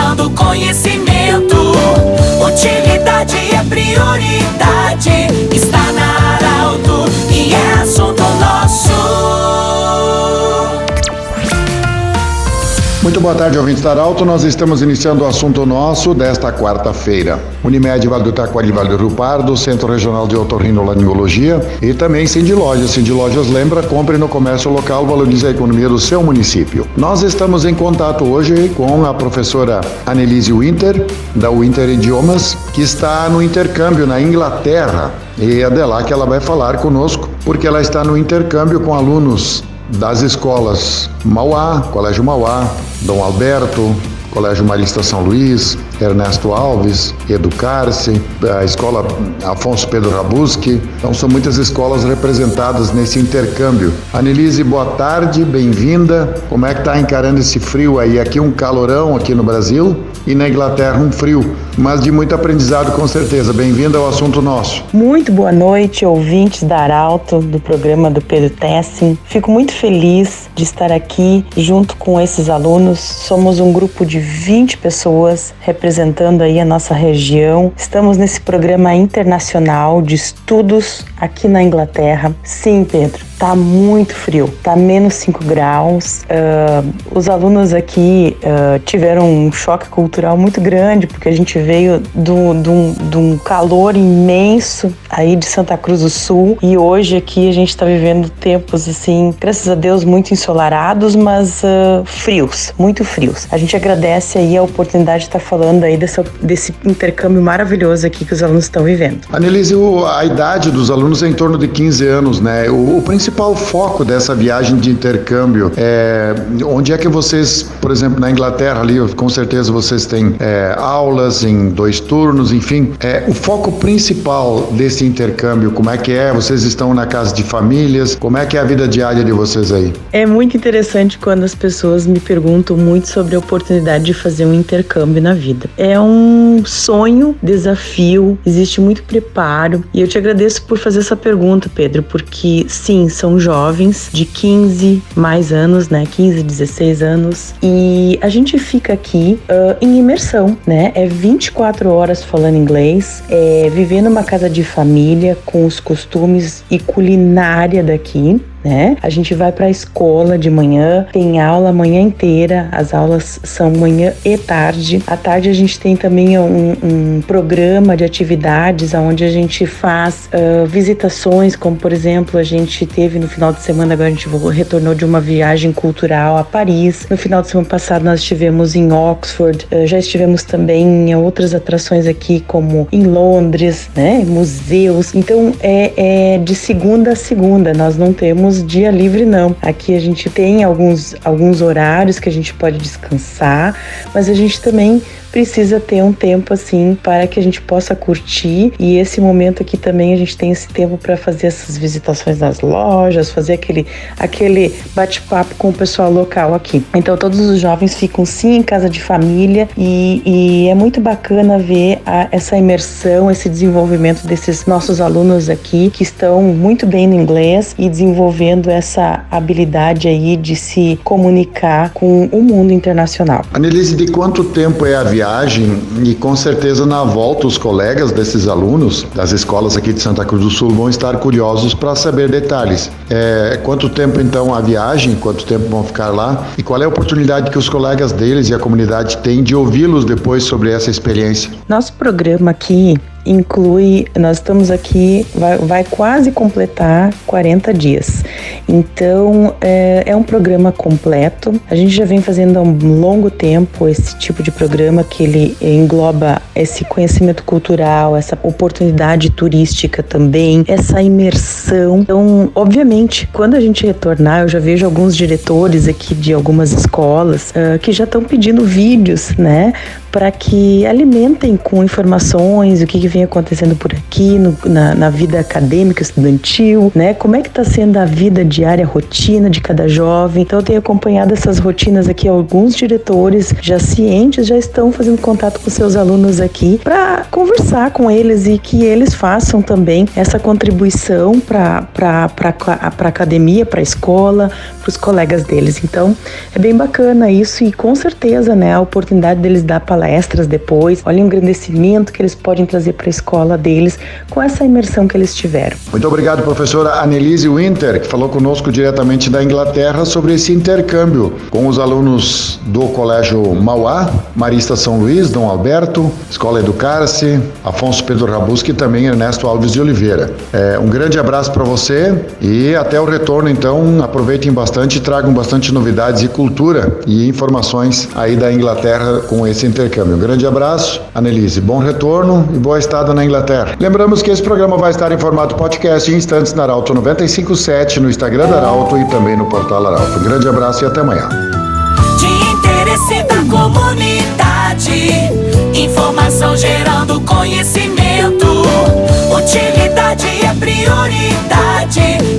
buscando conhecimento. Utilidade é prioridade. Está na Arauto e é assunto nosso. Muito boa tarde, ouvintes da Arauto. Nós estamos iniciando o assunto nosso desta quarta-feira. Unimed, Vale do Taquari, Vale do Rio Pardo, Centro Regional de Otorrinolaringologia e também Cindy Lojas. Cindy Lojas lembra, compre no comércio local, valorize a economia do seu município. Nós estamos em contato hoje com a professora Annelise Winter, da Winter Idiomas, que está no intercâmbio na Inglaterra. E é de lá que ela vai falar conosco, porque ela está no intercâmbio com alunos das escolas Mauá, Colégio Mauá, Dom Alberto, Colégio Marista São Luís, Ernesto Alves, Educar-se, a escola Afonso Pedro Rabuski. Então são muitas escolas representadas nesse intercâmbio. Annelise, boa tarde, bem-vinda. Como é que está encarando esse frio aí? Aqui um calorão aqui no Brasil e na Inglaterra um frio, mas de muito aprendizado com certeza. Bem-vinda ao assunto nosso. Muito boa noite, ouvintes da Arauto, do programa do Pedro Tessin. Fico muito feliz de estar aqui junto com esses alunos. Somos um grupo de 20 pessoas representando aí a nossa região. Estamos nesse programa internacional de estudos aqui na Inglaterra. Sim, Pedro, tá muito frio, tá menos 5 graus. Os alunos aqui tiveram um choque cultural muito grande, porque a gente veio de um calor imenso aí de Santa Cruz do Sul, e hoje aqui a gente está vivendo tempos assim, graças a Deus, muito ensolarados, mas frios, muito frios. A gente agradece aí a oportunidade de estar falando aí desse intercâmbio maravilhoso aqui que os alunos estão vivendo. Annelise, a idade dos alunos é em torno de 15 anos, né? O principal foco dessa viagem de intercâmbio é onde é que vocês, por exemplo, na Inglaterra ali, com certeza vocês têm aulas em 2 turnos, enfim, o foco principal desse intercâmbio, como é que é? Vocês estão na casa de famílias? Como é que é a vida diária de vocês aí? É muito interessante quando as pessoas me perguntam muito sobre a oportunidade de fazer um intercâmbio na vida. É um sonho, desafio, existe muito preparo, e eu te agradeço por fazer essa pergunta, Pedro, porque sim, são jovens de 15 mais anos, né, 15, 16 anos, e a gente fica aqui em imersão, né, 24 horas falando inglês, viver numa casa de família com os costumes e culinária daqui, né? A gente vai para a escola de manhã, tem aula a manhã inteira, as aulas são manhã e tarde. À tarde a gente tem também um programa de atividades onde a gente faz visitações, como por exemplo a gente teve no final de semana, agora a gente retornou de uma viagem cultural a Paris. No final de semana passado nós estivemos em Oxford, já estivemos também em outras atrações aqui como em Londres, né? Museus. Então é de segunda a segunda, nós não temos dia livre não. Aqui a gente tem alguns horários que a gente pode descansar, mas a gente também precisa ter um tempo assim para que a gente possa curtir, e esse momento aqui também a gente tem esse tempo para fazer essas visitações nas lojas, fazer aquele bate-papo com o pessoal local aqui. Então todos os jovens ficam sim em casa de família, e é muito bacana ver essa imersão, esse desenvolvimento desses nossos alunos aqui que estão muito bem no inglês e desenvolvendo essa habilidade aí de se comunicar com o mundo internacional. Annelise, de quanto tempo é a viagem? E com certeza na volta os colegas desses alunos das escolas aqui de Santa Cruz do Sul vão estar curiosos para saber detalhes. Quanto tempo então a viagem, quanto tempo vão ficar lá, e qual é a oportunidade que os colegas deles e a comunidade têm de ouvi-los depois sobre essa experiência? Nosso programa aqui inclui, nós estamos aqui, vai quase completar 40 dias. Então, é um programa completo. A gente já vem fazendo há um longo tempo esse tipo de programa que ele engloba esse conhecimento cultural, essa oportunidade turística também, essa imersão. Então, obviamente, quando a gente retornar, eu já vejo alguns diretores aqui de algumas escolas que já estão pedindo vídeos, né, para que alimentem com informações o que vem acontecendo por aqui na vida acadêmica, estudantil, né? Como é que está sendo a vida diária, a rotina de cada jovem. Então eu tenho acompanhado essas rotinas aqui, alguns diretores já cientes já estão fazendo contato com seus alunos aqui para conversar com eles e que eles façam também essa contribuição para a academia, para a escola, para os colegas deles. Então é bem bacana isso e com certeza, né, a oportunidade deles dar palestras depois, olha o engrandecimento que eles podem trazer para a escola deles com essa imersão que eles tiveram. Muito obrigado, professora Annelise Winter, que falou conosco diretamente da Inglaterra sobre esse intercâmbio com os alunos do Colégio Mauá, Marista São Luís, Dom Alberto, Escola Educar-se, Afonso Pedro Rabuski e também Ernesto Alves de Oliveira. Um grande abraço para você e até o retorno, então aproveitem bastante e tragam bastante novidades e cultura e informações aí da Inglaterra com esse intercâmbio. Um grande abraço, Annelise, bom retorno e boa estada na Inglaterra. Lembramos que esse programa vai estar em formato podcast em instantes na Arauto 95.7, no Instagram da Arauto e também no portal Arauto. Um grande abraço e até amanhã. De interesse da comunidade, informação gerando conhecimento, utilidade é prioridade.